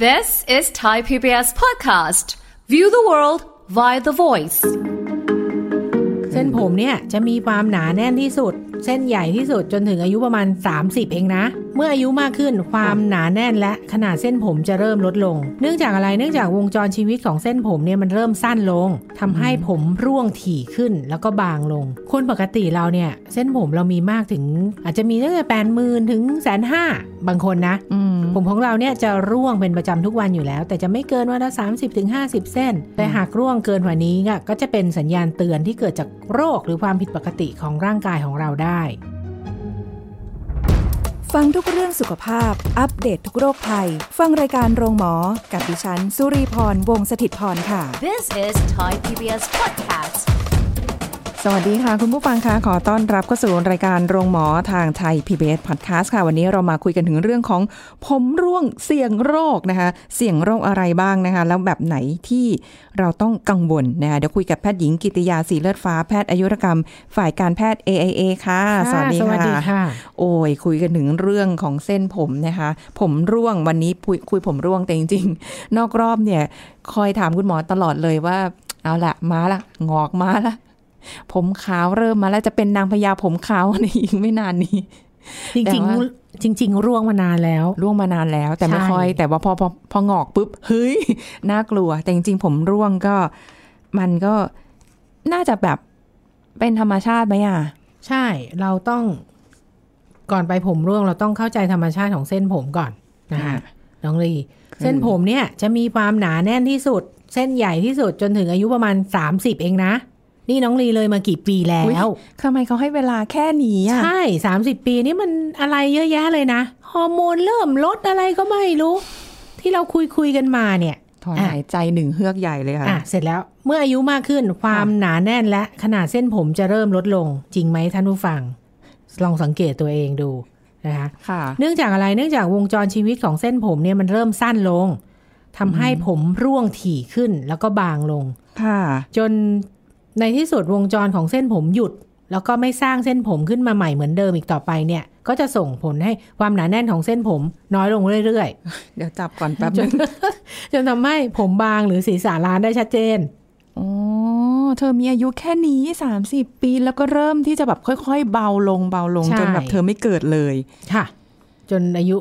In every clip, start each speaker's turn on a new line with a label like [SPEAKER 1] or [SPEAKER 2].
[SPEAKER 1] This is Thai PBS podcast. View the world via the voice.
[SPEAKER 2] เส้นผมเนี่ยจะมีความหนาแน่นที่สุดเส้นใหญ่ที่สุดจนถึงอายุประมาณ30เองนะเมื่ออายุมากขึ้นความหนาแน่นและขนาดเส้นผมจะเริ่มลดลงเนื่องจากอะไรเนื่องจากวงจรชีวิตของเส้นผมเนี่ยมันเริ่มสั้นลงทำให้ผมร่วงถี่ขึ้นแล้วก็บางลงคนปกติเราเนี่ยเส้นผมเรามีมากถึงอาจจะมีตั้งแต่ 80,000 ถึง 150,000 บางคนนะผมของเราเนี่ยจะร่วงเป็นประจำทุกวันอยู่แล้วแต่จะไม่เกินวันละ 30-50 เส้นแต่หากร่วงเกินกว่านี้ก็จะเป็นสัญญาณเตือนที่เกิดจากโรคหรือความผิดปกติของร่างกายของเราได้
[SPEAKER 3] ฟังทุกเรื่องสุขภาพอัปเดต ทุกโรคภัยฟังรายการโรงหมอกับดิฉันสุรีพรวงศ์สถิตพรค่ะ
[SPEAKER 1] This is Thai PBS podcast.
[SPEAKER 3] สวัสดีค่ะคุณผู้ฟังคะขอต้อนรับเข้าสู่รายการโรงหมอทางไทย PBS Podcast ค่ะวันนี้เรามาคุยกันถึงเรื่องของผมร่วงเสี่ยงโรคนะคะเสี่ยงโรคอะไรบ้างนะคะแล้วแบบไหนที่เราต้องกังวลนะคะเดี๋ยวคุยกับแพทย์หญิงกิติยาสีเลือดฟ้าแพทย์อายุรกรรมฝ่ายการแพทย์ AIA ค่ะสวัสดีค่ะโอ้ยคุยกันถึงเรื่องของเส้นผมนะคะผมร่วงวันนี้คุยผมร่วงแต่จริงๆนอกรอบเนี่ยคอยถามคุณหมอตลอดเลยว่าเอาละมาละงอกมาละผมขาวเริ่มมาแล้วจะเป็นนางพญาผมขาวในอีกไม่นานนี้
[SPEAKER 2] จริงร่วงมานานแล้ว
[SPEAKER 3] แต่ไม่ค่อยแต่ว่าพองอกปุ๊บเฮ้ยน่ากลัวแต่จริงๆผมร่วงก็มันก็น่าจะแบบเป็นธรรมชาติไหมอ่ะ
[SPEAKER 2] ใช่เราต้องก่อนไปผมร่วงเราต้องเข้าใจธรรมชาติของเส้นผมก่อนนะคะน้องลีเส้นผมเนี่ยจะมีความหนาแน่นที่สุดเส้นใหญ่ที่สุดจนถึงอายุประมาณ30เองนะนี่น้องลีเลยมากี่ปีแล้ว
[SPEAKER 3] ทำไมเขาให้เวลาแค่นี้อ่ะ
[SPEAKER 2] ใช่30ปีนี่มันอะไรเยอะแยะเลยนะฮอร์โมนเริ่มลดอะไรก็ไม่รู้ที่เราคุยกันมาเนี่ย
[SPEAKER 3] ถอนหายใจหนึ่งเฮือกใหญ่เลยค่ะ
[SPEAKER 2] เสร็จแล้วเมื่ออายุมากขึ้นความหนาแน่นและขนาดเส้นผมจะเริ่มลดลงจริงไหมท่านผู้ฟังลองสังเกตตัวเองดูนะคะเนื่องจากอะไรเนื่องจากวงจรชีวิตของเส้นผมเนี่ยมันเริ่มสั้นลงทำให้ผมร่วงถี่ขึ้นแล้วก็บางลงจนในที่สุดวงจรของเส้นผมหยุดแล้วก็ไม่สร้างเส้นผมขึ้นมาใหม่เหมือนเดิมอีกต่อไปเนี่ยก็จะส่งผลให้ความหนาแน่นของเส้นผมน้อยลงเรื่อย
[SPEAKER 3] ๆเดี๋ยวจับก่อนแป๊บนึง
[SPEAKER 2] จนทำให้ผมบางหรือศีรษะล้านได้ชัดเจน
[SPEAKER 3] อ๋อเธอมีอายุแค่นี้30ปีแล้วก็เริ่มที่จะแบบค่อยๆเบาลงจนแบบเธอไม่เกิดเลย
[SPEAKER 2] ค่ะจนอายุ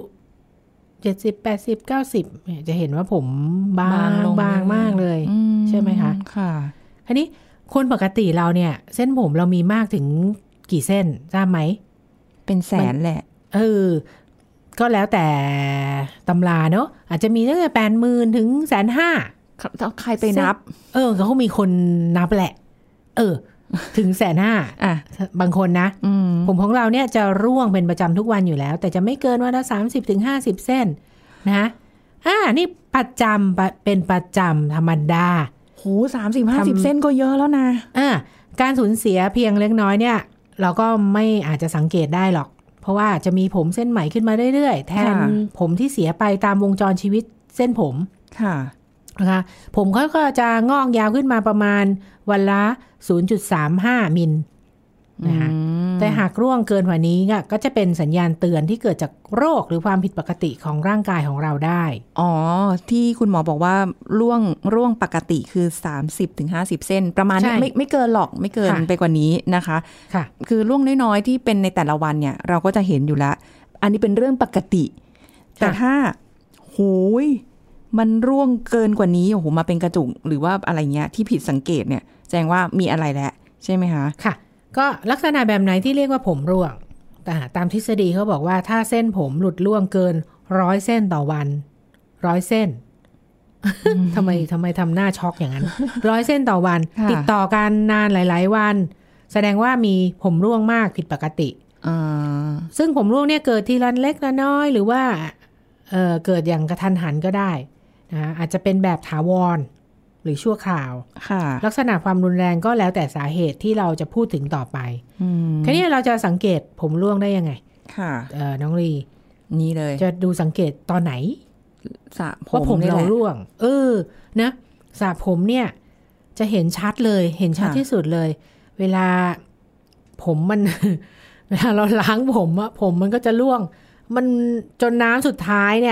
[SPEAKER 2] 70 80 90จะเห็นว่าผมบางมากเลยใช่ไหมคะ
[SPEAKER 3] ค่ะ
[SPEAKER 2] อันนี้คนปกติเราเนี่ยเส้นผมเรามีมากถึงกี่เส้นทราบไหม
[SPEAKER 3] เป็นแสนแหละ
[SPEAKER 2] ก็แล้วแต่ตำราเนอะอาจจะมีตั้งแต่ 80,000 ถึง 150,000
[SPEAKER 3] ใครไปนับ
[SPEAKER 2] เขามีคนนับแหละถึง 150,000 บางคนนะผมของเราเนี่ยจะร่วงเป็นประจำทุกวันอยู่แล้วแต่จะไม่เกินวันละ 30-50 เส้นนะนี่เป็นประจำธรรมดา
[SPEAKER 3] โห30-50 เส้นก็เยอะแล้วนะ
[SPEAKER 2] การสูญเสียเพียงเล็กน้อยเนี่ยเราก็ไม่อาจจะสังเกตได้หรอกเพราะว่าจะมีผมเส้นใหม่ขึ้นมาเรื่อยๆแทนผมที่เสียไปตามวงจรชีวิตเส้นผมนะคะผมก็จะงอกยาวขึ้นมาประมาณวันละ 0.35 มิลนะคะแต่หากร่วงเกินกว่านี้ก็จะเป็นสัญญาณเตือนที่เกิดจากโรคหรือความผิดปกติของร่างกายของเราได้
[SPEAKER 3] ที่คุณหมอบอกว่าร่วงปกติคือ 30-50 เส้นประมาณนี้ไม่เกินหรอกไม่เกินไปกว่านี้นะคะคือร่วงน้อยๆที่เป็นในแต่ละวันเนี่ยเราก็จะเห็นอยู่แล้วอันนี้เป็นเรื่องปกติแต่ถ้าโหยมันร่วงเกินกว่านี้โอ้โหมาเป็นกระจุกหรือว่าอะไรเงี้ยที่ผิดสังเกตเนี่ยแสดงว่ามีอะไรแล้วใช่ไหมคะ
[SPEAKER 2] ค่ะก็ลักษณะแบบไหนที่เรียกว่าผมร่วงตามทฤษฎีเขาบอกว่าถ้าเส้นผมหลุดร่วงเกิน100 เส้นต่อวัน100 เส้น ทำไมทำหน้าช็อกอย่างนั้น100 เส้นต่อวันติดต่อกันนานหลายๆวันแสดงว่ามีผมร่วงมากผิดปกติซึ่งผมร่วงเนี่ยเกิดทีละเล็กละน้อยหรือว่าเกิดอย่างกระทันหันก็ได้นะอาจจะเป็นแบบถาวรหรือชั่วคราวลักษณะความรุนแรงก็แล้วแต่สาเหตุที่เราจะพูดถึงต่อไปทีนี้เราจะสังเกตผมร่วงได้ยังไงน้องลี
[SPEAKER 3] นี่เลย
[SPEAKER 2] จะดูสังเกตตอนไหน
[SPEAKER 3] สระผม
[SPEAKER 2] ว่าผมเราร่วงนะสระผมเนี่ยจะเห็นชัดเลยเห็นชัดที่สุดเลยเวลาผมมัน เวลาเราล้างผมมันก็จะร่วงมันจนน้ำสุดท้ายเนี่ย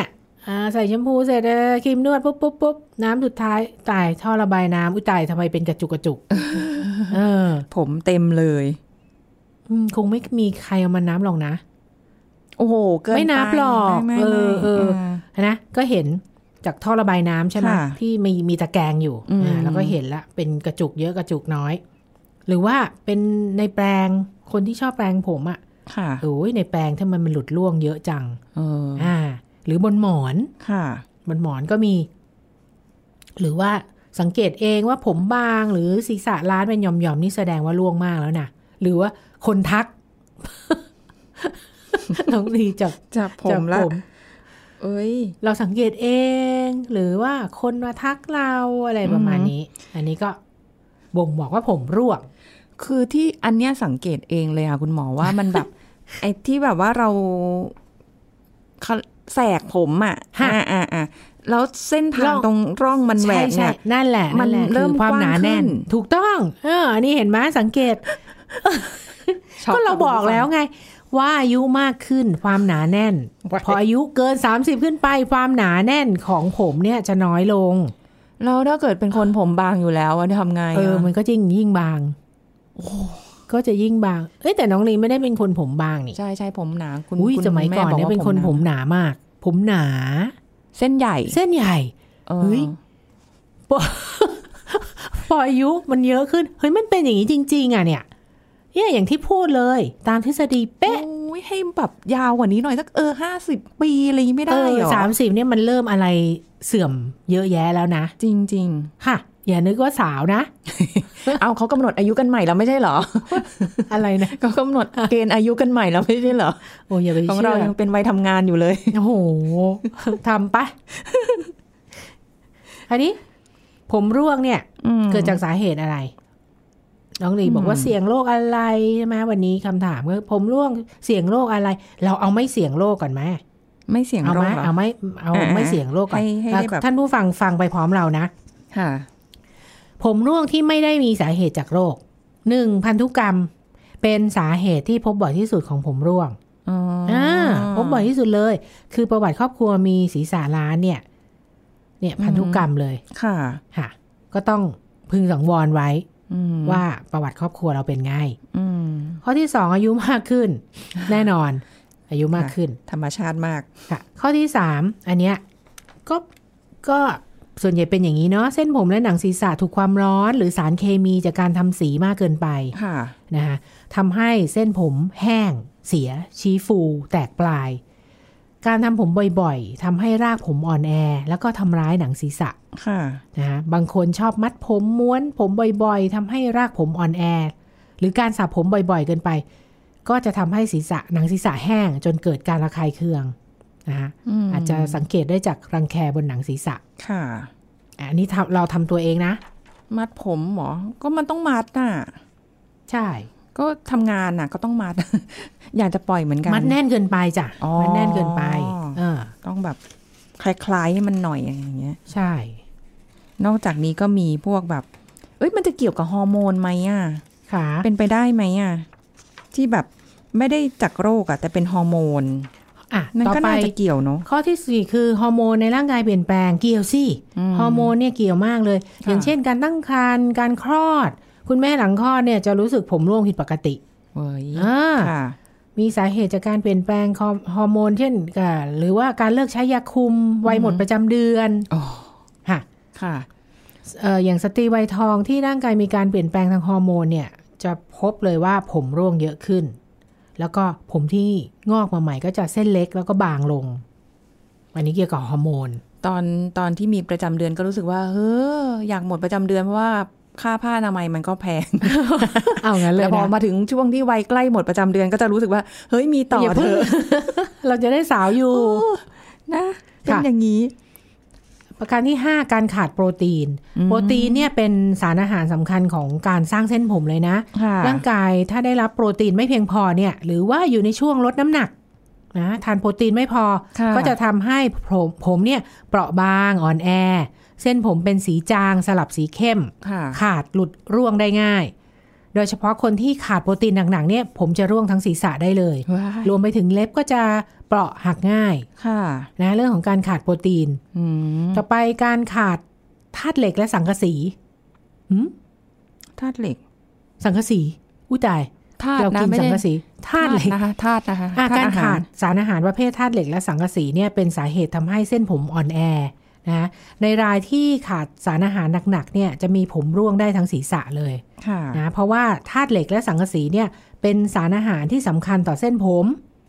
[SPEAKER 2] ใส่แชมพูเสร็จครีมนวดปุ๊บน้ำสุดท้ายตายท่อระบายน้ำอุ้ยตายทำไมเป็นกระจุก
[SPEAKER 3] ผมเต็มเลย
[SPEAKER 2] คงไม่มีใครเอามาน้ำหรอกนะ
[SPEAKER 3] โอ้โหเกินไป
[SPEAKER 2] ไม่นับหรอกนะก็เห็นจากท่อระบายน้ำใช่ไหมที่มีตะแกรงอยู่แล้วก็เห็นละเป็นกระจุกเยอะกระจุกน้อยหรือว่าเป็นในแปรงคนที่ชอบแปรงผมอ่ะโอ้ยในแปรงถ้ามันหลุดร่วงเยอะจังหรือบนหมอนบนหมอนก็มีหรือว่าสังเกตเองว่าผมบางหรือศีรษะล้านเป็นหย่อมๆนี่แสดงว่าร่วงมากแล้วนะหรือว่าคนทักน้องลีจับผมละ
[SPEAKER 3] เอ้ย
[SPEAKER 2] เราสังเกตเองหรือว่าคนมาทักเราอะไรประมาณนี้อันนี้ก็บ่งบอกว่าผมร่วง
[SPEAKER 3] คือที่อันเนี้ยสังเกตเองเลยค่ะคุณหมอว่ามันแบบ ไอ้ที่แบบว่าเราแสกผมอ่ะแล้วเส้นทางตรงร่องมันแหวกเนี่ย
[SPEAKER 2] นั่นแหละมันเริ่มความหนาแน่นถูกต้องอันนี้เห็นไหมสังเกตก็เราบอกแล้วไงว่าอายุมากขึ้นความหนาแน่นพออายุเกิน30ขึ้นไปความหนาแน่นของผมเนี่ยจะน้อยลง
[SPEAKER 3] แล้วถ้าเกิดเป็นคนผมบางอยู่แล้วทำไง
[SPEAKER 2] มันก็ยิ่งบางก็จะยิ่งบางแต่น้องลีไม่ได้เป็นคนผมบางนี่
[SPEAKER 3] ใช่ผมหนาคุณ
[SPEAKER 2] สมัยก่อนเนี่ยเป็นคนผมหนามากผมหนา
[SPEAKER 3] เส้นใหญ่
[SPEAKER 2] เฮ้ยพออายุมันเยอะขึ้นเฮ้ยมันเป็นอย่างนี้จริงๆอ่ะเนี่ยอย่างที่พูดเลยตามทฤษฎีเป๊ะ
[SPEAKER 3] ให้แบบยาวกว่านี้หน่อยสัก50 ปีอะไรไม่ได้หรอ
[SPEAKER 2] 30เนี่ยมันเริ่มอะไรเสื่อมเยอะแยะแล้วนะ
[SPEAKER 3] จริง
[SPEAKER 2] ๆค่ะอย่านึกว่าสาวนะ
[SPEAKER 3] เอาเขากำหนดอายุกันใหม่แล้วไม่ใช่เหรอ
[SPEAKER 2] อะไรนะ
[SPEAKER 3] เขากำหนดเกณฑ์อายุกันใหม่แล้วไม่ใช่เหรอ
[SPEAKER 2] โอ้อย่าไปเชื่อ
[SPEAKER 3] ของเรายังเป็นวัยทำงานอยู่เลย
[SPEAKER 2] โอ้โหทำปะอันนี้ผมร่วงเนี่ยเกิดจากสาเหตุอะไรน้องลีบอกว่าเสี่ยงโรคอะไรใช่ไหมวันนี้คำถามคือผมร่วงเสี่ยงโรคอะไรเราเอาไม่เสี่ยงโรคก่อนไหม
[SPEAKER 3] ไม่เสี่ยงโรค
[SPEAKER 2] เอาไม่เสี่ยงโรคก่อนท่านผู้ฟังไปพร้อมเรานะ
[SPEAKER 3] ค่ะ
[SPEAKER 2] ผมร่วงที่ไม่ได้มีสาเหตุจากโรค1พันธุกรรมเป็นสาเหตุที่พบบ่อยที่สุดของผมร่วงพบบ่อยที่สุดเลยคือประวัติครอบครัวมีศีรษะล้านเนี่ยพันธุกรรมเลยค่ะก็ต้องพึงสังวรไว้ว่าประวัติครอบครัวเราเป็นไงข้อที่2อายุมากขึ้นแน่นอนอายุมากขึ้น
[SPEAKER 3] ธรรมชาติมาก
[SPEAKER 2] ค่ะข้อที่3อันเนี้ยก็ส่วนใหญ่เป็นอย่างนี้เนาะเส้นผมและหนังศีรษะถูกความร้อนหรือสารเคมีจากการทำสีมากเกินไปนะคะทำให้เส้นผมแห้งเสียชี้ฟูแตกปลายการทำผมบ่อยๆทำให้รากผมอ่อนแอแล้วก็ทำร้ายหนังศีรษะนะคะบางคนชอบมัดผมม้วนผมบ่อยๆทำให้รากผมอ่อนแอหรือการสระผมบ่อยๆเกินไปก็จะทำให้หนังศีรษะแห้งจนเกิดการระคายเคืองนะคะอาจจะสังเกตได้จากรังแคบนหนังศีรษะ
[SPEAKER 3] ค่ะ
[SPEAKER 2] อันนี้เราทำตัวเองนะ
[SPEAKER 3] มัดผมหรอก็มันต้องมัดน่ะ
[SPEAKER 2] ใช่
[SPEAKER 3] ก็ทำงานน่ะก็ต้องมัด อยากจะปล่อยเหมือนกัน
[SPEAKER 2] มัดแน่นเกินไปจ้ะมัดแน่นเกินไป
[SPEAKER 3] ต้องแบบคล้ายๆให้มันหน่อยอย่างเงี้ย
[SPEAKER 2] ใช่
[SPEAKER 3] นอกจากนี้ก็มีพวกแบบมันจะเกี่ยวกับฮอร์โมนไหมอ่ะ
[SPEAKER 2] ค่ะ
[SPEAKER 3] เป็นไปได้ไหมอ่ะที่แบบไม่ได้จากโรคแต่เป็นฮอร์โมนนั่นก็น่าจะเกี่ยวเนาะ
[SPEAKER 2] ข้อที่4คือฮอร์โมนในร่างกายเปลี่ยนแปลงเกี่ยวสิฮอร์โมนเนี่ยเกี่ยวมากเลยอย่างเช่นการตั้งครรภ์การคลอดคุณแม่หลังคลอดเนี่ยจะรู้สึกผมร่วงผิดปกติมีสาเหตุจากการเปลี่ยนแปลงฮอร์โมนเช่นหรือว่าการเลิกใช้ยาคุมวัยหมดประจำเดือน
[SPEAKER 3] ค่ะ
[SPEAKER 2] อย่างสตรีวัยทองที่ร่างกายมีการเปลี่ยนแปลงทางฮอร์โมนเนี่ยจะพบเลยว่าผมร่วงเยอะขึ้นแล้วก็ผมที่งอกมาใหม่ก็จะเส้นเล็กแล้วก็บางลงอันนี้เกี่ยวกับฮอร์โมน
[SPEAKER 3] ตอนที่มีประจำเดือนก็รู้สึกว่าอยากหมดประจำเดือนเพราะว่าค่าผ้าอนามัยมันก็แพง
[SPEAKER 2] เอางั้นเลยนะ
[SPEAKER 3] แต่พอมาถึงช่วงที่วัยใกล้หมดประจำเดือนก็จะรู้สึกว่าเฮ้ยมีต่อเถอะ
[SPEAKER 2] เราจะได้สาวอยู่
[SPEAKER 3] นะเป็นอย่างนี้
[SPEAKER 2] ประการที่5การขาดโปรตีนเนี่ยเป็นสารอาหารสำคัญของการสร้างเส้นผมเลยนะร่างกายถ้าได้รับโปรตีนไม่เพียงพอเนี่ยหรือว่าอยู่ในช่วงลดน้ำหนักนะทานโปรตีนไม่พอก็จะทำให้ผมเนี่ยเปราะบางอ่อนแอเส้นผมเป็นสีจางสลับสีเข้มขาดหลุดร่วงได้ง่ายโดยเฉพาะคนที่ขาดโปรตีนหนักๆเนี่ยผมจะร่วงทั้งศีรษะได้เลยรวมไปถึงเล็บก็จะเปราะหักง่ายนะเรื่องของการขาดโปรตีนต่อไปการขาดธาตุเหล็กและสังกะสี
[SPEAKER 3] ธาตุเหล็ก
[SPEAKER 2] สังกะสีอุ้ยตายเรากินสังกะสีธาตุเหล็ก
[SPEAKER 3] ธาตุนะคะ
[SPEAKER 2] การขาดสารอาหารประเภทธาตุเหล็กและสังกะสีเนี่ยเป็นสาเหตุทำให้เส้นผมอ่อนแอนะในรายที่ขาดสารอาหารหนักๆเนี่ยจะมีผมร่วงได้ทั้งศีรษะเลยนะเพราะว่าธาตุเหล็กและสังกะสีเนี่ยเป็นสารอาหารที่สำคัญต่อเส้นผม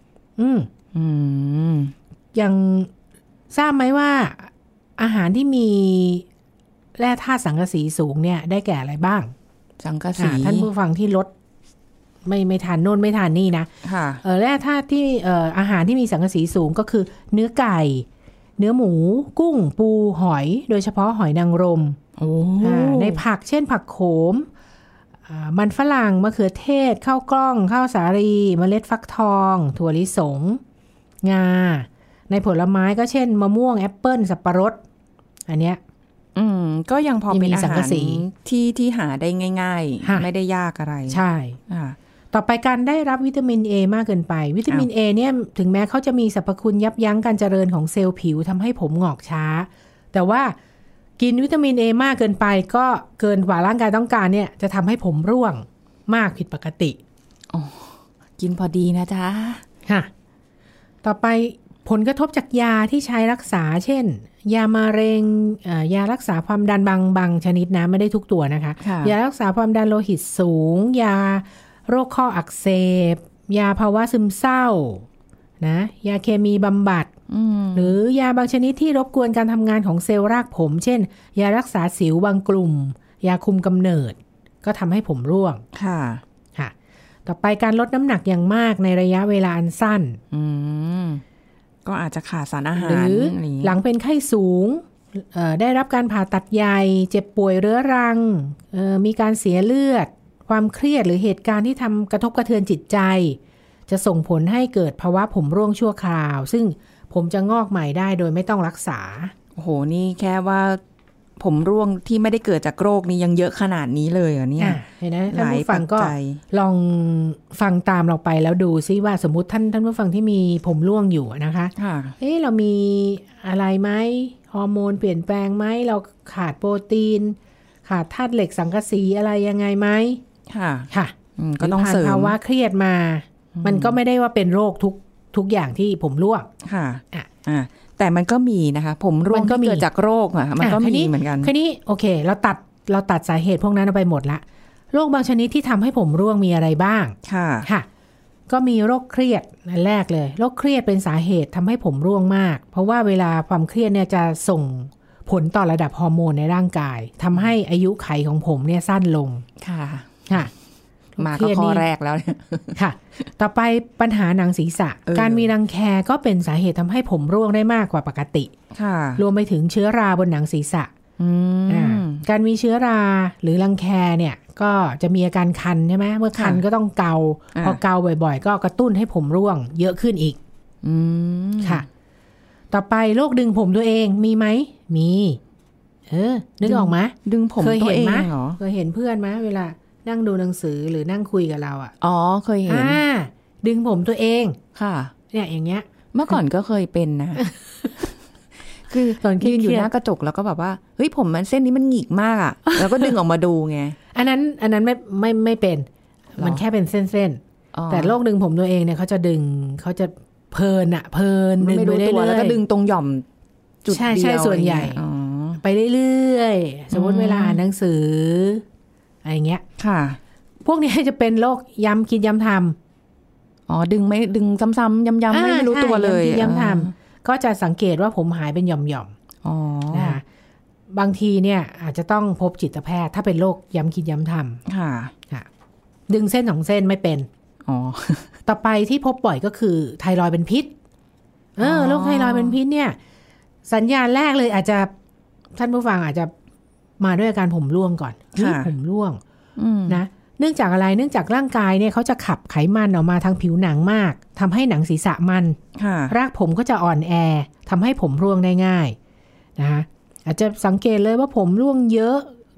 [SPEAKER 2] ยังทราบไหมว่าอาหารที่มีแร่ธาตุสังกะสีสูงเนี่ยได้แก่อะไรบ้าง
[SPEAKER 3] สังกะสี
[SPEAKER 2] ท่านผู้ฟังที่ลดไม่ทานโน่นไม่ทานนี่นะแร่ธาตุที่อาหารที่มีสังกะสีสูงก็คือเนื้อไก่เนื้อหมูกุ้งปูหอยโดยเฉพาะหอยนางรมในผักเช่นผักโขมมันฝรั่งมะเขือเทศข้าวกล้องข้าวสาลีเมล็ดฟักทองถั่วลิสงงาในผลไม้ก็เช่นมะม่วงแอปเปิ้ลสับปะรดอันเนี้ย
[SPEAKER 3] ก็ยังพอเป็นอาหารที่หาได้ง่ายๆไม่ได้ยากอะไร
[SPEAKER 2] ใช่ต่อไปการได้รับวิตามิน A มากเกินไปวิตามิน A เนี่ยถึงแม้เขาจะมีสรรพคุณยับยั้งการเจริญของเซลล์ผิวทำให้ผมหงอกช้าแต่ว่ากินวิตามิน A มากเกินไปก็เกินกว่าร่างกายต้องการเนี่ยจะทำให้ผมร่วงมากผิดปกติ
[SPEAKER 3] กินพอดีนะจ๊ะ
[SPEAKER 2] ค่ะต่อไปผลกระทบจากยาที่ใช้รักษาเช่นยามะเร็งยารักษาความดันบางชนิดนะไม่ได้ทุกตัวนะคะยารักษาความดันโลหิตสูงยาโรคข้ออักเสบยาภาวะซึมเศร้านะยาเคมีบำบัดหรือยาบางชนิดที่รบกวนการทำงานของเซลล์รากผมเช่นยารักษาสิวบางกลุ่มยาคุมกำเนิดก็ทำให้ผมร่วง
[SPEAKER 3] ค่ะ
[SPEAKER 2] ต่อไปการลดน้ำหนักอย่างมากในระยะเวลาอันสั้น
[SPEAKER 3] ก็อาจจะขาดสารอาหาร
[SPEAKER 2] หรือหลังเป็นไข้สูงได้รับการผ่าตัดใหญ่เจ็บป่วยเรื้อรังมีการเสียเลือดความเครียดหรือเหตุการณ์ที่ทำกระทบกระเทือนจิตใจจะส่งผลให้เกิดภาวะผมร่วงชั่วคราวซึ่งผมจะงอกใหม่ได้โดยไม่ต้องรักษา
[SPEAKER 3] โอ้โหนี่แค่ว่าผมร่วงที่ไม่ได้เกิดจากโรคนี้ยังเยอะขนาดนี้เลยเหรอเนี่ย
[SPEAKER 2] เห็นไหมท่านผู้ฟังก็ลองฟังตามเราไปแล้วดูซิว่าสมมุติท่านผู้ฟังที่มีผมร่วงอยู่นะคะเรามีอะไรไหมฮอร์โมนเปลี่ยนแปลงไหมเราขาดโปรตีนขาดธาตุเหล็กสังกะสีอะไรยังไงไหมค่ะ
[SPEAKER 3] ก็ต้องเสริม
[SPEAKER 2] ภาวะเครียดมามันก็ไม่ได้ว่าเป็นโรคทุกอย่างที่ผมร่วง
[SPEAKER 3] ค่ะแต่มันก็มีนะคะผมร่วงที่เกิดจากโรคมันก็มีเหมือนกัน
[SPEAKER 2] ทีนี้โอเคเราตัดสาเหตุพวกนั้นไปหมดละโรคบางชนิดที่ทำให้ผมร่วงมีอะไรบ้างค่ะก็มีโรคเครียดอันแรกเลยโรคเครียดเป็นสาเหตุทำให้ผมร่วงมากเพราะว่าเวลาความเครียดเนี่ยจะส่งผลต่อระดับฮอร์โมนในร่างกายทำให้อายุไขของผมเนี่ยสั้นลงค่ะ
[SPEAKER 3] มาก็ข้อแรกแล้วเนี่ย
[SPEAKER 2] ค่ะต่อไปปัญหาหนังศีรษะการมีรังแคก็เป็นสาเหตุทำให้ผมร่วงได้มากกว่าปกติรวมไปถึงเชื้อราบนหนังศีรษะการมีเชื้อราหรือรังแคเนี่ยก็จะมีอาการคันใช่ไหมเมื่อคันก็ต้องเกาพอเกาบ่อยๆก็กระตุ้นให้ผมร่วงเยอะขึ้นอีกค่ะต่อไปโรคดึงผมตัวเองมีไหมมีนึกออกไหม
[SPEAKER 3] ดึงผมตัวเองเหรอ
[SPEAKER 2] เคยเห็นเพื่อนไหมเวลานั่งดูหนังสือหรือนั่งคุยกับเรา
[SPEAKER 3] เคยเห็น
[SPEAKER 2] ดึงผมตัวเอง
[SPEAKER 3] ค่ะ
[SPEAKER 2] เนี่ยอย่างเงี้ย
[SPEAKER 3] เมื่อก่อนก็เคยเป็นนะคือตอนยืนอยู่หน้ากระจกแล้วก็แบบว่าเฮ้ยผมมันเส้นนี้มันหงิกมากอ่ะแล้วก็ดึงออกมาดูไง
[SPEAKER 2] อันนั้นไม่เป็นมันแค่เป็นเส้นๆแต่โรคดึงผมตัวเองเนี่ยเขาจะดึงเขาจะเพลินดึงไปเรื่อยๆ
[SPEAKER 3] แล้วก็ดึงตรงหย่อมจุดเดียว
[SPEAKER 2] ใช่ส่วนใหญ่ไปเรื่อยๆสมมติเวลาอ่านหนังสืออะไรเงี้ย
[SPEAKER 3] ค่ะ
[SPEAKER 2] พวกนี้จะเป็นโรคย้ำคิดย้ำท
[SPEAKER 3] ำดึงซ้ำๆย้ำๆไม่รู้ตัวเลย
[SPEAKER 2] ย้ำทำก็จะสังเกตว่าผมหายเป็นหย่อมๆนะคะบางทีเนี่ยอาจจะต้องพบจิตแพทย์ถ้าเป็นโรคย้ำคิดย้ำทำ
[SPEAKER 3] ค่ะ
[SPEAKER 2] ดึงเส้น2เส้นไม่เป็นต่อไปที่พบบ่อยก็คือไทรอยด์เป็นพิษโรคไทรอยด์เป็นพิษเนี่ยสัญญาณแรกเลยอาจจะท่านผู้ฟังอาจจะมาด้วยอาการผมร่วงก่อนผมร่วงนะเนื่องจากอะไรเนื่องจากร่างกายเนี่ยเขาจะขับไขมันออกมาทางผิวหนังมากทำให้หนังศีรษะมันรากผมก็จะอ่อนแอทำให้ผมร่วงได้ง่ายนะอาจจะสังเกตเลยว่าผมร่วงเยอะ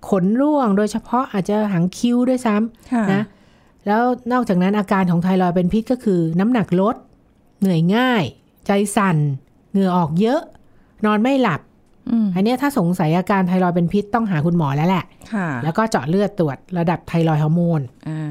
[SPEAKER 2] ขนร่วงโดยเฉพาะอาจจะหางคิ้วด้วยซ้ำนะแล้วนอกจากนั้นอาการของไทรอยด์เป็นพิษก็คือน้ำหนักลดเหนื่อยง่ายใจสั่นเหงื่อออกเยอะนอนไม่หลับอันนี้ถ้าสงสัยอาการไทรอยด์เป็นพิษต้องหาคุณหมอแล้วแหละแล้วก็เจาะเลือดตรวจระดับไทรอยด์ฮอร์โมน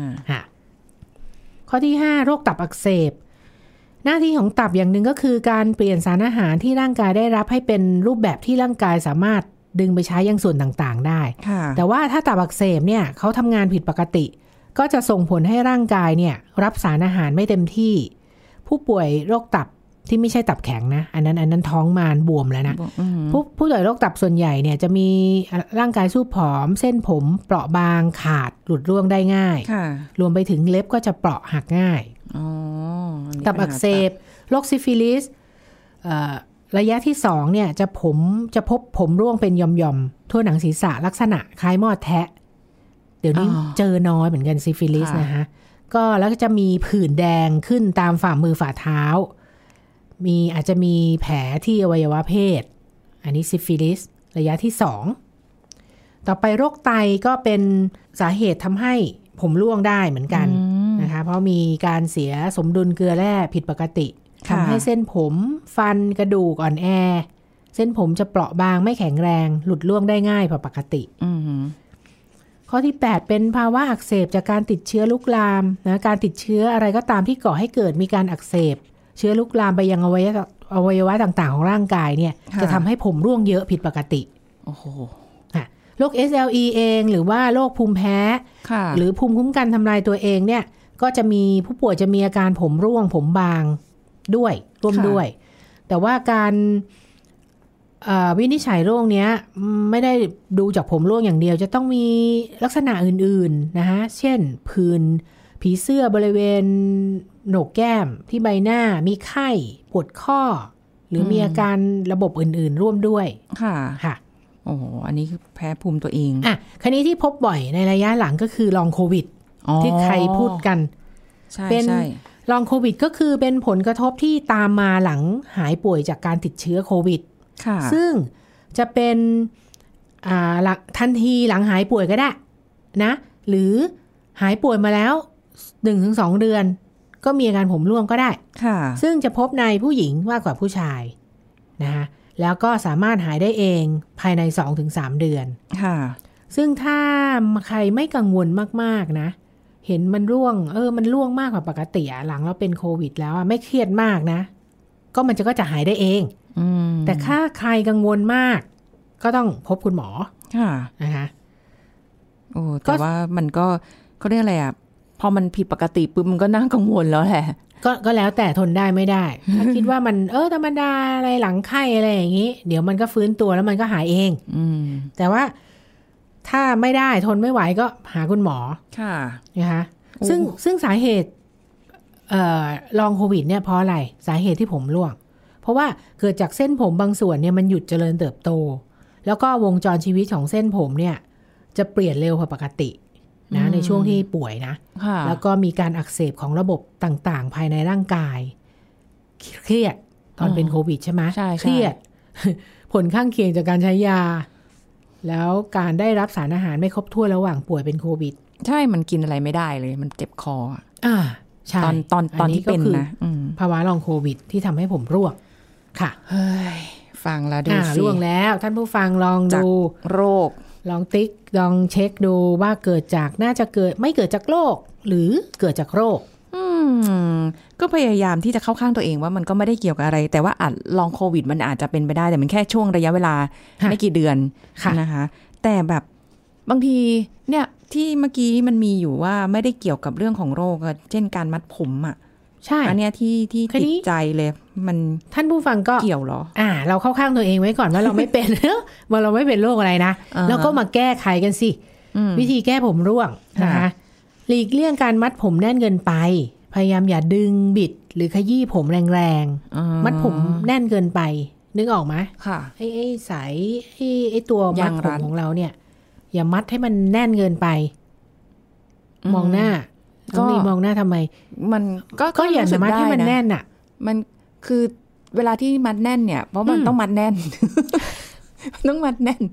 [SPEAKER 2] ข้อที่5โรคตับอักเสบหน้าที่ของตับอย่างหนึ่งก็คือการเปลี่ยนสารอาหารที่ร่างกายได้รับให้เป็นรูปแบบที่ร่างกายสามารถดึงไปใช้ยังส่วนต่างๆได้แต่ว่าถ้าตับอักเสบเนี่ยเขาทำงานผิดปกติก็จะส่งผลให้ร่างกายเนี่ยรับสารอาหารไม่เต็มที่ผู้ป่วยโรคตับที่ไม่ใช่ตับแข็งนะอันนั้นท้องมารบวมแล้วนะผู้ป่วยโรคตับส่วนใหญ่เนี่ยจะมีร่างกายสู้ผอมเส้นผมเปราะบางขาดหลุดร่วงได้ง่ายรวมไปถึงเล็บก็จะเปราะหักง่ายตับอักเสบโรคซิฟิลิสระยะที่2เนี่ยจะพบผมร่วงเป็นหย่อมๆทั่วหนังศีรษะลักษณะคล้ายหม้อแทะเดี๋ยวนี้เจอน้อยเหมือนกันซิฟิลิสนะคะก็แล้วก็จะมีผื่นแดงขึ้นตามฝ่ามือฝ่าเท้าอาจจะมีแผลที่อวัยวะเพศอันนี้ซิฟิลิสระยะที่2ต่อไปโรคไตก็เป็นสาเหตุทำให้ผมร่วงได้เหมือนกันนะคะเพราะมีการเสียสมดุลเกลือแร่ผิดปกติทำให้เส้นผมฟันกระดูกอ่อนแอเส้นผมจะเปราะบางไม่แข็งแรงหลุดร่วงได้ง่ายกว่าปกติข้อที่8เป็นภาวะอักเสบจากการติดเชื้อลุกลามนะการติดเชื้ออะไรก็ตามที่ก่อให้เกิดมีการอักเสบเชื้อลุกลามไปยังอวัยวะต่างๆของร่างกายเนี่ยจะทำให้ผมร่วงเยอะผิดปกติโอ้โหโรค SLE เองหรือว่าโรคภูมิแพ้หรือภูมิคุ้มกันทำลายตัวเองเนี่ยก็จะมีผู้ป่วยจะมีอาการผมร่วงผมบางด้วยร่วมด้วยแต่ว่าการวินิจฉัยโรคเนี้ยไม่ได้ดูจากผมร่วงอย่างเดียวจะต้องมีลักษณะอื่นๆนะคะเช่นผื่นผีเสื้อบริเวณโหนกแก้มที่ใบหน้ามีไข้ปวดข้อหรือมีอาการระบบอื่นๆร่วมด้วยค่ะ
[SPEAKER 3] โอ้อันนี้คือแพ้ภูมิตัวเอง
[SPEAKER 2] คราวนี้ที่พบบ่อยในระยะหลังก็คือลองโควิดที่ใครพูดกันเป็นลองโควิดก็คือเป็นผลกระทบที่ตามมาหลังหายป่วยจากการติดเชื้อโควิดซึ่งจะเป็นทันทีหลังหายป่วยก็ได้นะหรือหายป่วยมาแล้ว 1-2 เดือนก็มีอาการผมร่วงก็ได้ซึ่งจะพบในผู้หญิงมากกว่าผู้ชายนะคะแล้วก็สามารถหายได้เองภายใน 2-3 เดือนซึ่งถ้าใครไม่กังวลมากๆนะเห็นมันร่วงมันร่วงมากกว่าปกติหลังเราเป็นโควิดแล้วไม่เครียดมากนะก็มันจะหายได้เองแต่ถ้าใครกังวลมากก็ต้องพบคุณหมอนะคะ
[SPEAKER 3] โอ้แต่ว่ามันก็เขาเรียกอะไรพอมันผิดปกติปุ๊บมันก็น่ากังวลแล้วแหละ
[SPEAKER 2] ก็แล้วแต่ทนได้ไม่ได้ถ้าคิดว่ามันธรรมดาอะไรหลังไข้อะไรอย่างนี้เดี๋ยวมันก็ฟื้นตัวแล้วมันก็หายเองแต่ว่าถ้าไม่ได้ทนไม่ไหวก็หาคุณหมอนะคะซึ่งสาเหตุลองโควิดเนี่ยเพราะอะไรสาเหตุที่ผมร่วงเพราะว่าเกิดจากเส้นผมบางส่วนเนี่ยมันหยุดเจริญเติบโตแล้วก็วงจรชีวิตของเส้นผมเนี่ยจะเปลี่ยนเร็วกว่าปกตินะในช่วงที่ป่วยนะแล้วก็มีการอักเสบของระบบต่างๆภายในร่างกายเครียดตอนเป็นโควิดใช่ไหมเครียดผลข้างเคียงจากการใช้ยาแล้วการได้รับสารอาหารไม่ครบถ้วนระหว่างป่วยเป็นโควิด
[SPEAKER 3] ใช่มันกินอะไรไม่ได้เลยมันเจ็บคอ
[SPEAKER 2] ใช่
[SPEAKER 3] ตอนที่เป็นนะ
[SPEAKER 2] ภาวะลองโควิดที่ทำให้ผมร่วงค่ะ
[SPEAKER 3] เฮ้ยฟังแล้วดูสิ
[SPEAKER 2] ร่วงแล้วท่านผู้ฟังลองดู
[SPEAKER 3] โรค
[SPEAKER 2] ลองติ๊กลองเช็คดูว่าเกิดจากน่าจะไม่เกิดจากโรคหรือเกิดจากโรค
[SPEAKER 3] ก็พยายามที่จะเข้าข้างตัวเองว่ามันก็ไม่ได้เกี่ยวกับอะไรแต่ว่าลองโควิดมันอาจจะเป็นไปได้แต่มันแค่ช่วงระยะเวลาไม่กี่เดือนนะคะแต่แบบบางทีเนี่ยที่เมื่อกี้มันมีอยู่ว่าไม่ได้เกี่ยวกับเรื่องของโรคเช่นการมัดผม
[SPEAKER 2] ใช่
[SPEAKER 3] อันเนี้ยที่ติดใจเลยมัน
[SPEAKER 2] ท่านผู้ฟังก็
[SPEAKER 3] เกี่ยวเหรอ
[SPEAKER 2] เราเข้าข้างตัวเองไว้ก่อนว่าเราไม่เป็น ว่าเราไม่เป็นโรคอะไรนะแล้วก็มาแก้ไขกันสิวิธีแก้ผมร่วงนะคะหลีกเลี่ยงการมัดผมแน่นเกินไปพยายามอย่าดึงบิดหรือขยี้ผมแรงๆมัดผมแน่นเกินไปนึกออกไหมไอ้สายไอ้ตัวมัดผมของเราเนี่ยอย่ามัดให้มันแน่นเกินไปมองหน้าก็มีมองหน้าทำไม
[SPEAKER 3] มัน
[SPEAKER 2] ก็อย่ามัดให้มันแน่น
[SPEAKER 3] มันคือเวลาที่มัดแน่นเนี่ยเพราะมันต้องมัดแน่น ต้องมัดแน่น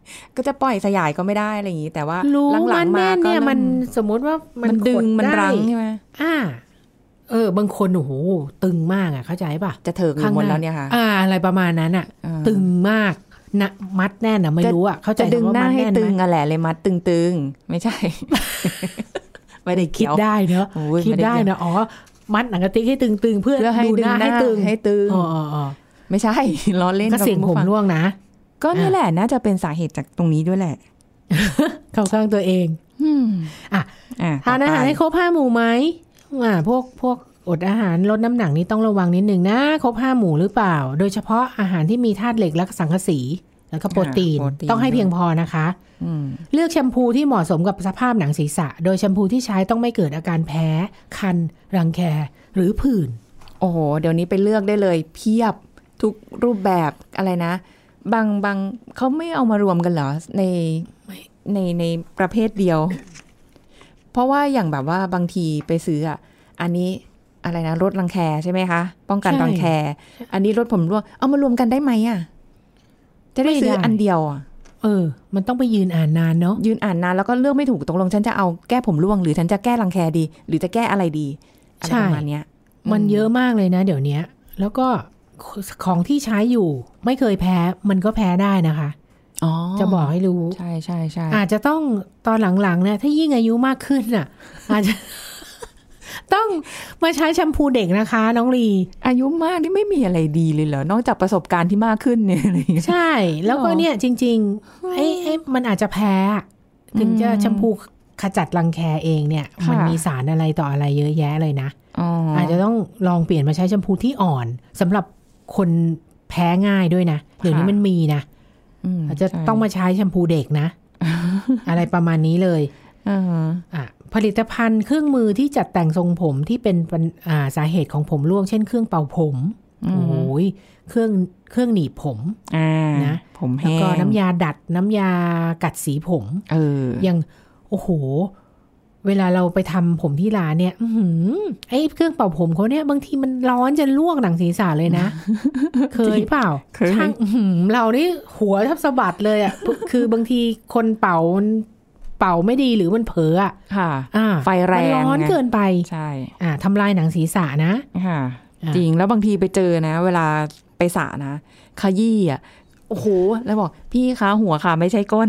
[SPEAKER 3] ก็จะปล่อยสยายก็ไม่ได้อะไรอย่างนี้แต่ว่า
[SPEAKER 2] หลังๆมาก็เนี่ยมันสมมติว่ามัน
[SPEAKER 3] ดึงมันรั้งใช่ไหม
[SPEAKER 2] บางคนโอ้โหตึงมากอ่ะเข้าใจป่ะ
[SPEAKER 3] จะเถิกอยู่หมดแล้วเนี่ยค่ะ
[SPEAKER 2] อะไรประมาณนั้นอ่ะตึงมากนะมัดแน่นอ่ะไม่รู้อ่ะเข้าใจ
[SPEAKER 3] ว่ามัดแน่นตึงอะแหละเลยมัดตึงๆไม่ใช่ ไม่ได้
[SPEAKER 2] คิดได้เนอะคิดได้นะอ๋อมัดหนังกะติกให้ตึงๆเพื่อให้ดึงหน้า
[SPEAKER 3] ให้ตึงไม่ใช่ล้อเล่น
[SPEAKER 2] ก็เสียงผมร่วงนะ
[SPEAKER 3] ก็นี่แหละน่าจะเป็นสาเหตุจากตรงนี้ด้วยแหละ
[SPEAKER 2] เข้าข้างตัวเองทานอาหารให้ครบ5 หมู่ไหมพวกอดอาหารลดน้ำหนักนี้ต้องระวังนิดนึงนะครบ5 หมู่หรือเปล่าโดยเฉพาะอาหารที่มีธาตุเหล็กและสังกะสีแล้วก็โปรตีนต้องให้เพียงพอนะคะเลือกแชมพูที่เหมาะสมกับสภาพหนังศีรษะโดยแชมพูที่ใช้ต้องไม่เกิดอาการแพ้คันรังแคหรือผื่น
[SPEAKER 3] โอ้โหเดี๋ยวนี้ไปเลือกได้เลยเพียบทุกรูปแบบอะไรนะบางเขาไม่เอามารวมกันเหรอในประเภทเดียวเพราะว่าอย่างแบบว่าบางทีไปซื้ออันนี้อะไรนะลดรังแคใช่ไหมคะป้องกันรังแคอันนี้ลดผมร่วงเอามารวมกันได้ไหมจะได้ซื้ออันเดียว
[SPEAKER 2] มันต้องไปยืนอ่านนานเนาะ
[SPEAKER 3] ยืนอ่านนานแล้วก็เลือกไม่ถูกตกลงฉันจะเอาแก้ผมร่วงหรือฉันจะแก้รังแคดีหรือจะแก้อะไรดีอะไรประมาณนี้
[SPEAKER 2] มันเยอะมากเลยนะเดี๋ยวนี้แล้วก็ของที่ใช้อยู่ไม่เคยแพ้มันก็แพ้ได้นะคะจะบอกให้รู้
[SPEAKER 3] ใช่ใช่ใช่
[SPEAKER 2] อาจจะต้องตอนหลังๆเนี่ยถ้ายิ่งอายุมากขึ้นอาจจะต้องมาใช้แชมพูเด็กนะคะน้องลี
[SPEAKER 3] อายุมากนี่ไม่มีอะไรดีเลยเหรอนอกจากประสบการณ์ที่มากขึ้นเนี่ยอะไร
[SPEAKER 2] ใช่แล้วก็เนี่ยจริงๆไอ้มันอาจจะแพ้ถึงจะแชมพูขจัดรังแคเองเนี่ยมันมีสารอะไรต่ออะไรเยอะแยะเลยนะอาจจะต้องลองเปลี่ยนมาใช้แชมพูที่อ่อนสำหรับคนแพ้ง่ายด้วยนะเดี๋ยวนี้มันมีนะอาจจะต้องมาใช้แชมพูเด็กนะอะไรประมาณนี้เลยผลิตภัณฑ์เครื่องมือที่จัดแต่งทรงผมที่เป็นสาเหตุของผมร่วงเช่นเครื่องเป่าผมโอ้ยเครื่องหนีบผมนะ
[SPEAKER 3] ผมแห้ง
[SPEAKER 2] แล้วก็น้ำยาดัดน้ำยากัดสีผมอย่างโอ้โหเวลาเราไปทำผมที่ร้านเนี่ยไอ้เครื่องเป่าผมเขาเนี่ยบางทีมันร้อนจะลวกหนังศีรษะเลยนะ เคยเปล่าช่างเรานี่หัวทับสะบัดเลยคือบางทีคนเป่าไม่ดีหรือมันเผลอ
[SPEAKER 3] ไฟแรง
[SPEAKER 2] มันร้อนเกินไป
[SPEAKER 3] ใช่
[SPEAKER 2] ทำลายหนังศีรษะนะ
[SPEAKER 3] จริงแล้วบางทีไปเจอนะเวลาไปสระนะขยี้โอ้โหแล้วบอกพี่คะหัวค่ะไม่ใช่ก้น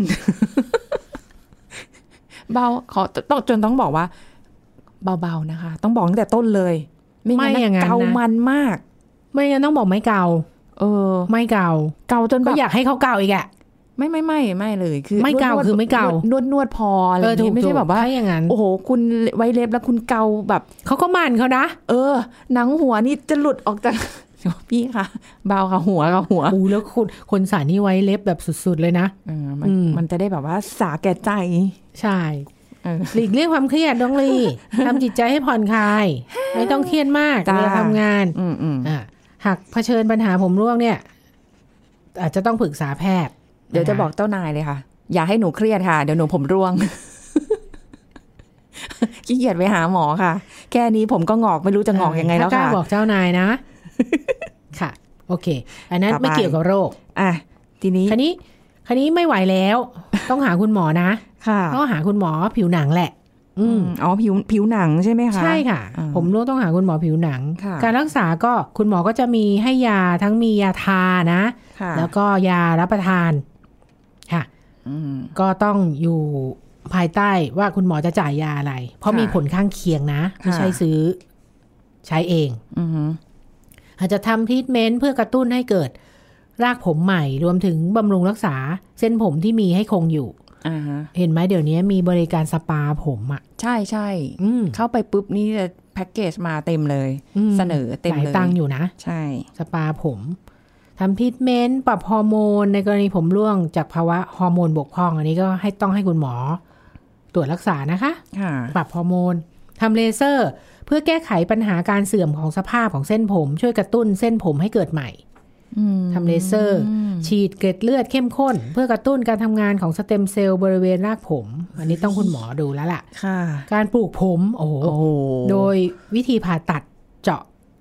[SPEAKER 3] เบาขอต้องบอกว่าเบาๆนะคะต้องบอกตั้งแต่ต้นเลยไม่งั้นเกามันมาก
[SPEAKER 2] ไม่งั้นต้องบอกไม่เกาไม่เกา
[SPEAKER 3] จนแบบ
[SPEAKER 2] อยากให้เขาเกาอีก
[SPEAKER 3] ไม่เลยคือ
[SPEAKER 2] ไม่เกาคือไม่เกาน
[SPEAKER 3] วดพออะไรอย่างนี้ไม่ใช่แบบว่า
[SPEAKER 2] อย่างนั้น
[SPEAKER 3] โอ้โหคุณไว้เล็บแล้วคุณเกาแบบ
[SPEAKER 2] เขาก็มันเขานะ
[SPEAKER 3] หนังหัวนี่จะหลุดออกจากพี่ค่ะเบาค่ะหัว
[SPEAKER 2] แล้วคนสานี่ไว้เล็บแบบสุดๆเลยนะ
[SPEAKER 3] มันจะได้แบบว่าสาแก่ใจ
[SPEAKER 2] ใช่หลีกเลี่ยงความเครียดน้องลีทำจิตใจให้ผ่อนคลายไม่ต้องเครียดมากเวลาทำงานหากเผชิญปัญหาผมร่วงเนี่ยอาจจะต้องปรึกษาแพทย์
[SPEAKER 3] เดี๋ยวจะบอกเจ้านายเลยค่ะอย่าให้หนูเครียดค่ะเดี๋ยวหนูผมร่วงขี้เกียจไปหาหมอค่ะแค่นี้ผมก็งอกไม่รู้จะงอกยังไงแล้วค่ะ
[SPEAKER 2] บอกเจ้านายนะค่ะโอเคอันนั้นไม่เกี่ยวกับโรค
[SPEAKER 3] ทีนี้
[SPEAKER 2] คันนี้ไม่ไหวแล้วต้องหาคุณหมอนะต้องหาคุณหมอผิวหนังแหละ
[SPEAKER 3] ผิวหนังใช่ไหมคะ
[SPEAKER 2] ใช่ค่ะผมรู้ต้องหาคุณหมอผิวหนังการรักษาก็คุณหมอก็จะมีให้ยาทั้งมียาทานะแล้วก็ยารับประทานค่ะก็ต้องอยู่ภายใต้ว่าคุณหมอจะจ่ายยาอะไรเพราะมีผลข้างเคียงนะไม่ใช่ซื้อใช้เองอาจจะทำทรีทเมนต์เพื่อกระตุ้นให้เกิดรากผมใหม่รวมถึงบำรุงรักษาเส้นผมที่มีให้คงอยู่เห็นไหมเดี๋ยวนี้มีบริการสปาผม
[SPEAKER 3] ใช่เข้าไปปุ๊บนี่จะแพ็กเกจมาเต็มเลยเสนอเต็มเลยหลาย
[SPEAKER 2] ตังอยู่นะ
[SPEAKER 3] ใช่
[SPEAKER 2] สปาผมทำทรีทเมนต์ปรับฮอร์โมนในกรณีผมร่วงจากภาวะฮอร์โมนบกพร่องอันนี้ก็ต้องให้คุณหมอตรวจรักษานะคะปรับฮอร์โมนทำเลเซอร์เพื่อแก้ไขปัญหาการเสื่อมของสภาพของเส้นผมช่วยกระตุ้นเส้นผมให้เกิดใหม่ทำเลเซอร์ฉีดเกล็ดเลือดเข้มข้นเพื่อกระตุ้นการทำงานของสเต็มเซลล์บริเวณรากผมอันนี้ต้องคุณหมอดูแล้วล่ะการปลูกผมโดยวิธีผ่าตัดเจาะ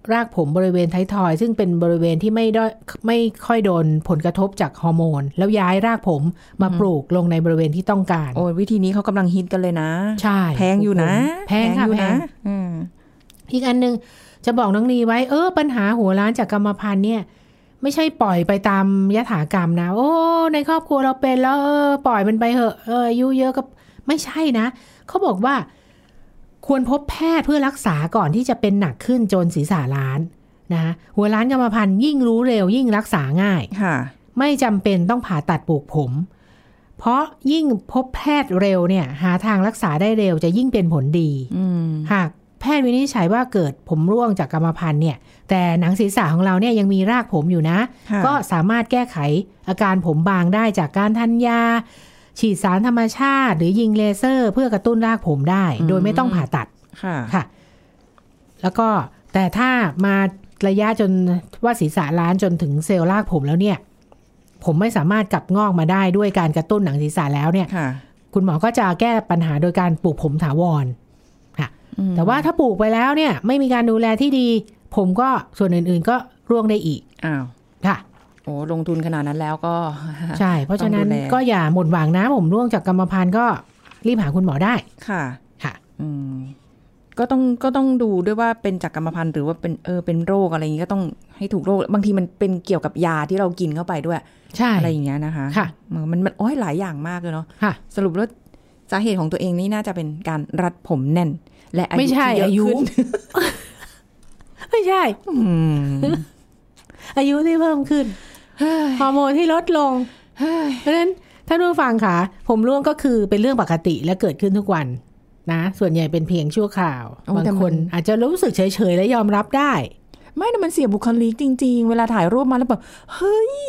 [SPEAKER 2] รากผมบริเวณท้ายทอยซึ่งเป็นบริเวณที่ไม่ค่อยโดนผลกระทบจากฮอร์โมนแล้วย้ายรากผมมาปลูกลงในบริเวณที่ต้องการ
[SPEAKER 3] โอ้วิธีนี้เขากำลังฮิตกันเลยนะ
[SPEAKER 2] ใช่
[SPEAKER 3] แพงอยู่นะ
[SPEAKER 2] แพงค่ะแพงอีกอันนึงจะบอกน้องนีไว้ปัญหาหัวล้านจากกรรมพันธุ์เนี่ยไม่ใช่ปล่อยไปตามยถากรรมนะในครอบครัวเราเป็นแล้วปล่อยมันไปเหอะอายุเยอะก็ไม่ใช่นะเขาบอกว่าควรพบแพทย์เพื่อรักษาก่อนที่จะเป็นหนักขึ้นจนศีรษะล้านนะหัวล้านกรรมพันธุ์ยิ่งรู้เร็วยิ่งรักษาง่ายไม่จำเป็นต้องผ่าตัดปลูกผมเพราะยิ่งพบแพทย์เร็วเนี่ยหาทางรักษาได้เร็วจะยิ่งเป็นผลดีหากแพทย์วินิจฉัยว่าเกิดผมร่วงจากกรรมพันธุ์เนี่ยแต่หนังศีรษะของเราเนี่ยยังมีรากผมอยู่นะก็สามารถแก้ไขอาการผมบางได้จากการทานยาฉีดสารธรรมชาติหรือยิงเลเซอร์เพื่อกระตุ้นรากผมได้โดยไม่ต้องผ่าตัดค่ะแล้วก็แต่ถ้ามาระยะจนว่าศีรษะล้านจนถึงเซลล์รากผมแล้วเนี่ยผมไม่สามารถกลับงอกมาได้ด้วยการกระตุ้นหนังศีรษะแล้วเนี่ยคุณหมอก็จะแก้ปัญหาโดยการปลูกผมถาวรค่ะแต่ว่าถ้าปลูกไปแล้วเนี่ยไม่มีการดูแลที่ดีผมก็ส่วนอื่นๆก็ร่วงได้อีกค่ะ
[SPEAKER 3] โอ้ลงทุนขนาดนั้นแล้วก็
[SPEAKER 2] ใช่เพราะฉะนั้นก็อย่าหมดหวังนะผมร่วงจากกรรมพันธุ์ก็รีบหาคุณหมอได้
[SPEAKER 3] ค่ะก็ต้องดูด้วยว่าเป็นจากกรรมพันธุ์หรือว่าเป็นโรคอะไรอย่างนี้ก็ต้องให้ถูกโรคบางทีมันเป็นเกี่ยวกับยาที่เรากินเข้าไปด้วย
[SPEAKER 2] ใช่
[SPEAKER 3] อะไรอย่างเงี้ยนะคะ
[SPEAKER 2] ค่ะ
[SPEAKER 3] มันหลายอย่างมากเลยเนาะสรุปแล้วสาเหตุของตัวเองนี่น่าจะเป็นการรัดผมแน่นและอายุที่เยอะขึ้น
[SPEAKER 2] ไม่ใช่อายุที่เพิ่มขึ้นฮอร์โมนที่ลดลงเพราะฉะนั้นท่านผู้ฟังค่ะผมร่วงก็คือเป็นเรื่องปกติและเกิดขึ้นทุกวันนะส่วนใหญ่เป็นเพียงชั่วคราวบางคนอาจจะรู้สึกเฉยๆและยอมรับได้
[SPEAKER 3] ไม่นะมันเสียบุคลิกจริงๆเวลาถ่ายรูปมาแล้วแบบเฮ้ย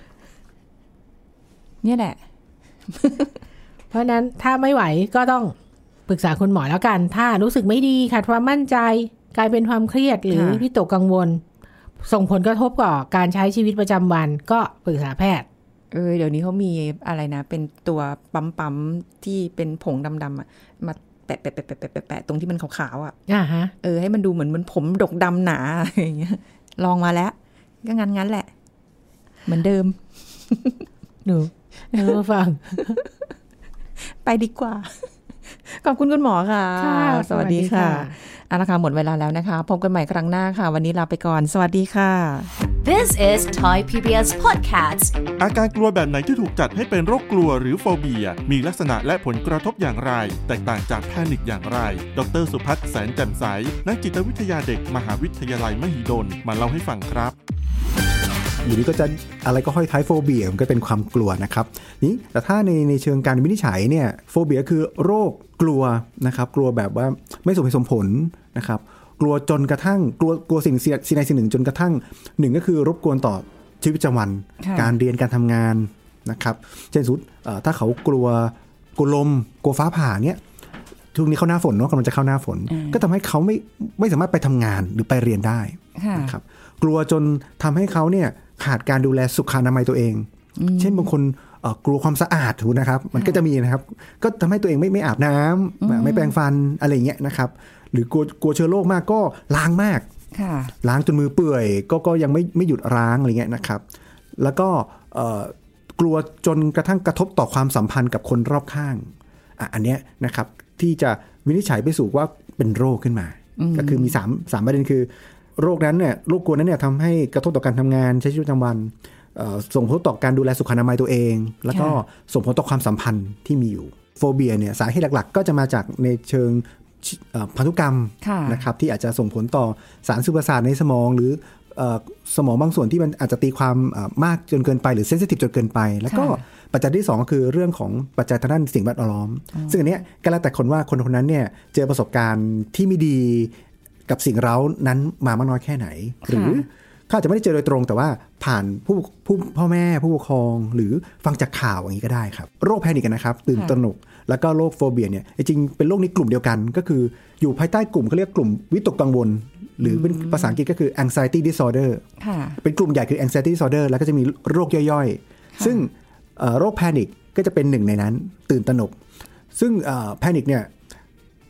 [SPEAKER 3] เนี่ยแหละ
[SPEAKER 2] เพราะนั้นถ้าไม่ไหวก็ต้องปรึกษาคุณหมอแล้วกันถ้ารู้สึกไม่ดีขาดความมั่นใจกลายเป็นความเครียดหรือวิตกกังวลส่งผลกระทบต่อการใช้ชีวิตประจำวันก็ปรึกษาแพทย์
[SPEAKER 3] เดี๋ยวนี้เขามีอะไรนะเป็นตัวปั๊มที่เป็นผงดำๆอ่ะมาแปะตรงที่มันขาวๆอ่ะให้มันดูเหมือนผมดกดำหนาอย่างเงี้ยลองมาแล้วก็งั้นแหละเหมือนเดิม
[SPEAKER 2] หนูฟัง
[SPEAKER 3] ไปดีกว่าขอบคุณคุณหมอค่ะสวัสดีค่ะเอาละค่ะหมดเวลาแล้วนะคะพบกันใหม่ครั้งหน้าค่ะวันนี้ลาไปก่อนสวัสดีค่ะ
[SPEAKER 1] This is Thai PBS Podcast
[SPEAKER 4] อาการกลัวแบบไหนที่ถูกจัดให้เป็นโรคกลัวหรือโฟเบียมีลักษณะและผลกระทบอย่างไรแตกต่างจากแพนิคอย่างไรดร.สุภัทรแสนแจ่มใสนักจิตวิทยาเด็กมหาวิทยาลัยมหิดลมาเล่าให้ฟังครับ
[SPEAKER 5] อยู่นี้ก็จะอะไรก็ห้อยท้ายโฟเบียมันก็เป็นความกลัวนะครับนี่แต่ถ้าในเชิงการวินิจฉัยเนี่ยโฟเบียคือโรคกลัวนะครับกลัวแบบว่าไม่สมเหตุสมผลนะครับกลัวจนกระทั่งกลัวสิ่งใดสิ่งหนึ่งจนกระทั่งหนึ่งก็คือรบกวนต่อชีวิตประจำวันการเรียนการทำงานนะครับเช่นสุดถ้าเขากลัวลมกลัวฟ้าผ่าเนี่ยช่วงนี้เข้าหน้าฝนเนาะกำลังจะเข้าหน้าฝนก็ทำให้เขาไม่สามารถไปทำงานหรือไปเรียนได้นะครับกลัวจนทำให้เขาเนี่ยขาดการดูแลสุขอนามัยตัวเองเช่นบางคนกลัวความสะอาดถูกนะครับมันก็จะมีนะครับก็ทำให้ตัวเองไม่อาบน้ำไม่แปรงฟันอะไรเงี้ยนะครับหรือกลัวเชื้อโรคมากก็ล้างมากล้างจนมือเปื่อยก็ยังไม่หยุดล้างอะไรเงี้ยนะครับแล้วก็กลัวจนกระทั่งกระทบต่อความสัมพันธ์กับคนรอบข้างอันเนี้ยนะครับที่จะวินิจฉัยไปสู่ว่าเป็นโรคขึ้นมาก็คือมี3ประเด็นคือโรคนั้นเนี่ยโรคกลัวนั้นเนี่ยทำให้กระทบต่อการทำงานใช้ชีวิตประจำวันส่งผลต่อการดูแลสุขอนามัยตัวเองแล้วก็ส่งผลต่อความสัมพันธ์ที่มีอยู่โฟเบียเนี่ยสาเหตุหลักๆก็จะมาจากในเชิงพันธุกรรมนะครับที่อาจจะส่งผลต่อสารสื่อประสาทในสมองหรือสมองบางส่วนที่มันอาจจะตีความมากจนเกินไปหรือเซนซิทีฟจนเกินไปแล้วก็ปัจจัยที่2ก็คือเรื่องของปัจจัยทางด้านสิ่งแวดล้อมซึ่งอันเนี้ยก็แล้วแต่คนว่าคนนั้นเนี่ยเจอประสบการณ์ที่ไม่ดีกับสิ่งเร้านั้นมามากน้อยแค่ไหนหรือเขาจะไม่ได้เจอโดยตรงแต่ว่าผ่านพ่อแม่ผู้ปกครองหรือฟังจากข่าวอย่างนี้ก็ได้ครับโรคแพนิคนะครับตื่นตระหนกแล้วก็โรคโฟเบียเนี่ยจริงเป็นโรคนี้กลุ่มเดียวกันก็คืออยู่ภายใต้กลุ่มเขาเรียกกลุ่มวิตกกังวลหรือเป็นภาษาอังกฤษก็คือ anxiety disorder เป็นกลุ่มใหญ่คือ anxiety disorder แล้วก็จะมีโรคย่อยๆซึ่งโรคแพนิคก็จะเป็นหนึ่งในนั้นตื่นตระหนกซึ่งแพนิคเนี่ย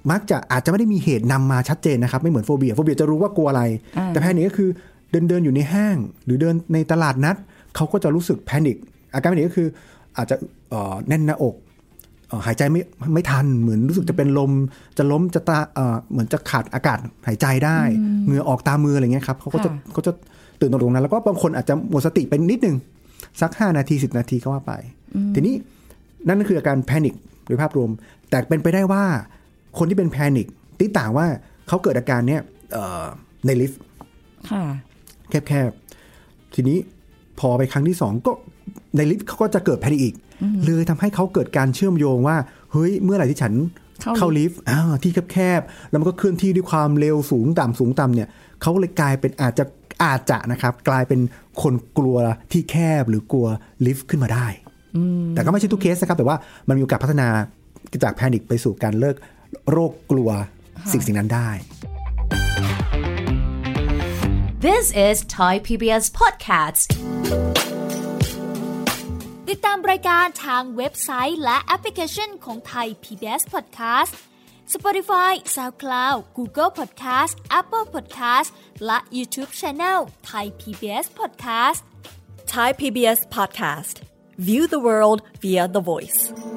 [SPEAKER 5] มักจะอาจจะไม่ได้มีเหตุนำมาชัดเจนนะครับไม่เหมือนโฟเบียจะรู้ว่ากลัวอะไรแต่แพนิคก็คือเดินอยู่ในห้างหรือเดินในตลาดนัดเขาก็จะรู้สึกแพนิคอาการแพนิคก็คืออาจจะแน่นหน้าอกหายใจไม่ทันเหมือนรู้สึกจะเป็นลมจะล้มจะเหมือนจะขาดอากาศหายใจได้เหงื่อออกตามมืออะไรเงี้ยครับเขาก็จะตื่นตรงนั้นแล้วก็บางคนอาจจะหมดสติไปนิดนึงสัก5นาที10นาทีก็ว่าไปทีนี้นั่นก็คืออาการแพนิคโดยภาพรวมแต่เป็นไปได้ว่าคนที่เป็นแพนิคที่ต่างว่าเขาเกิดอาการเนี้ยในลิฟต์แคบๆทีนี้พอไปครั้งที่2ก็ในลิฟต์เขาก็จะเกิดแพนิคอีกเลยทำให้เขาเกิดการเชื่อมโยงว่าเฮ้ยเมื่อไหร่ที่ฉันเข้าลิฟต์ที่แคบๆแล้วมันก็เคลื่อนที่ด้วยความเร็วสูงต่ำเนี่ยเขาเลยกลายเป็นอาจจะนะครับกลายเป็นคนกลัวที่แคบหรือกลัวลิฟต์ขึ้นมาได้แต่ก็ไม่ใช่ทุกเคสนะครับแต่ว่ามันมีโอกาสพัฒนาจากแพนิคไปสู่การเลิกโรคกลัวสิ่งนั้นได้
[SPEAKER 1] This is Thai PBS Podcast
[SPEAKER 6] ติดตามรายการทางเว็บไซต์และแอปพลิเคชันของ Thai PBS Podcast Spotify, SoundCloud, Google Podcast, Apple Podcast และ YouTube Channel Thai PBS Podcast
[SPEAKER 7] Thai PBS Podcast. View the world via the voice.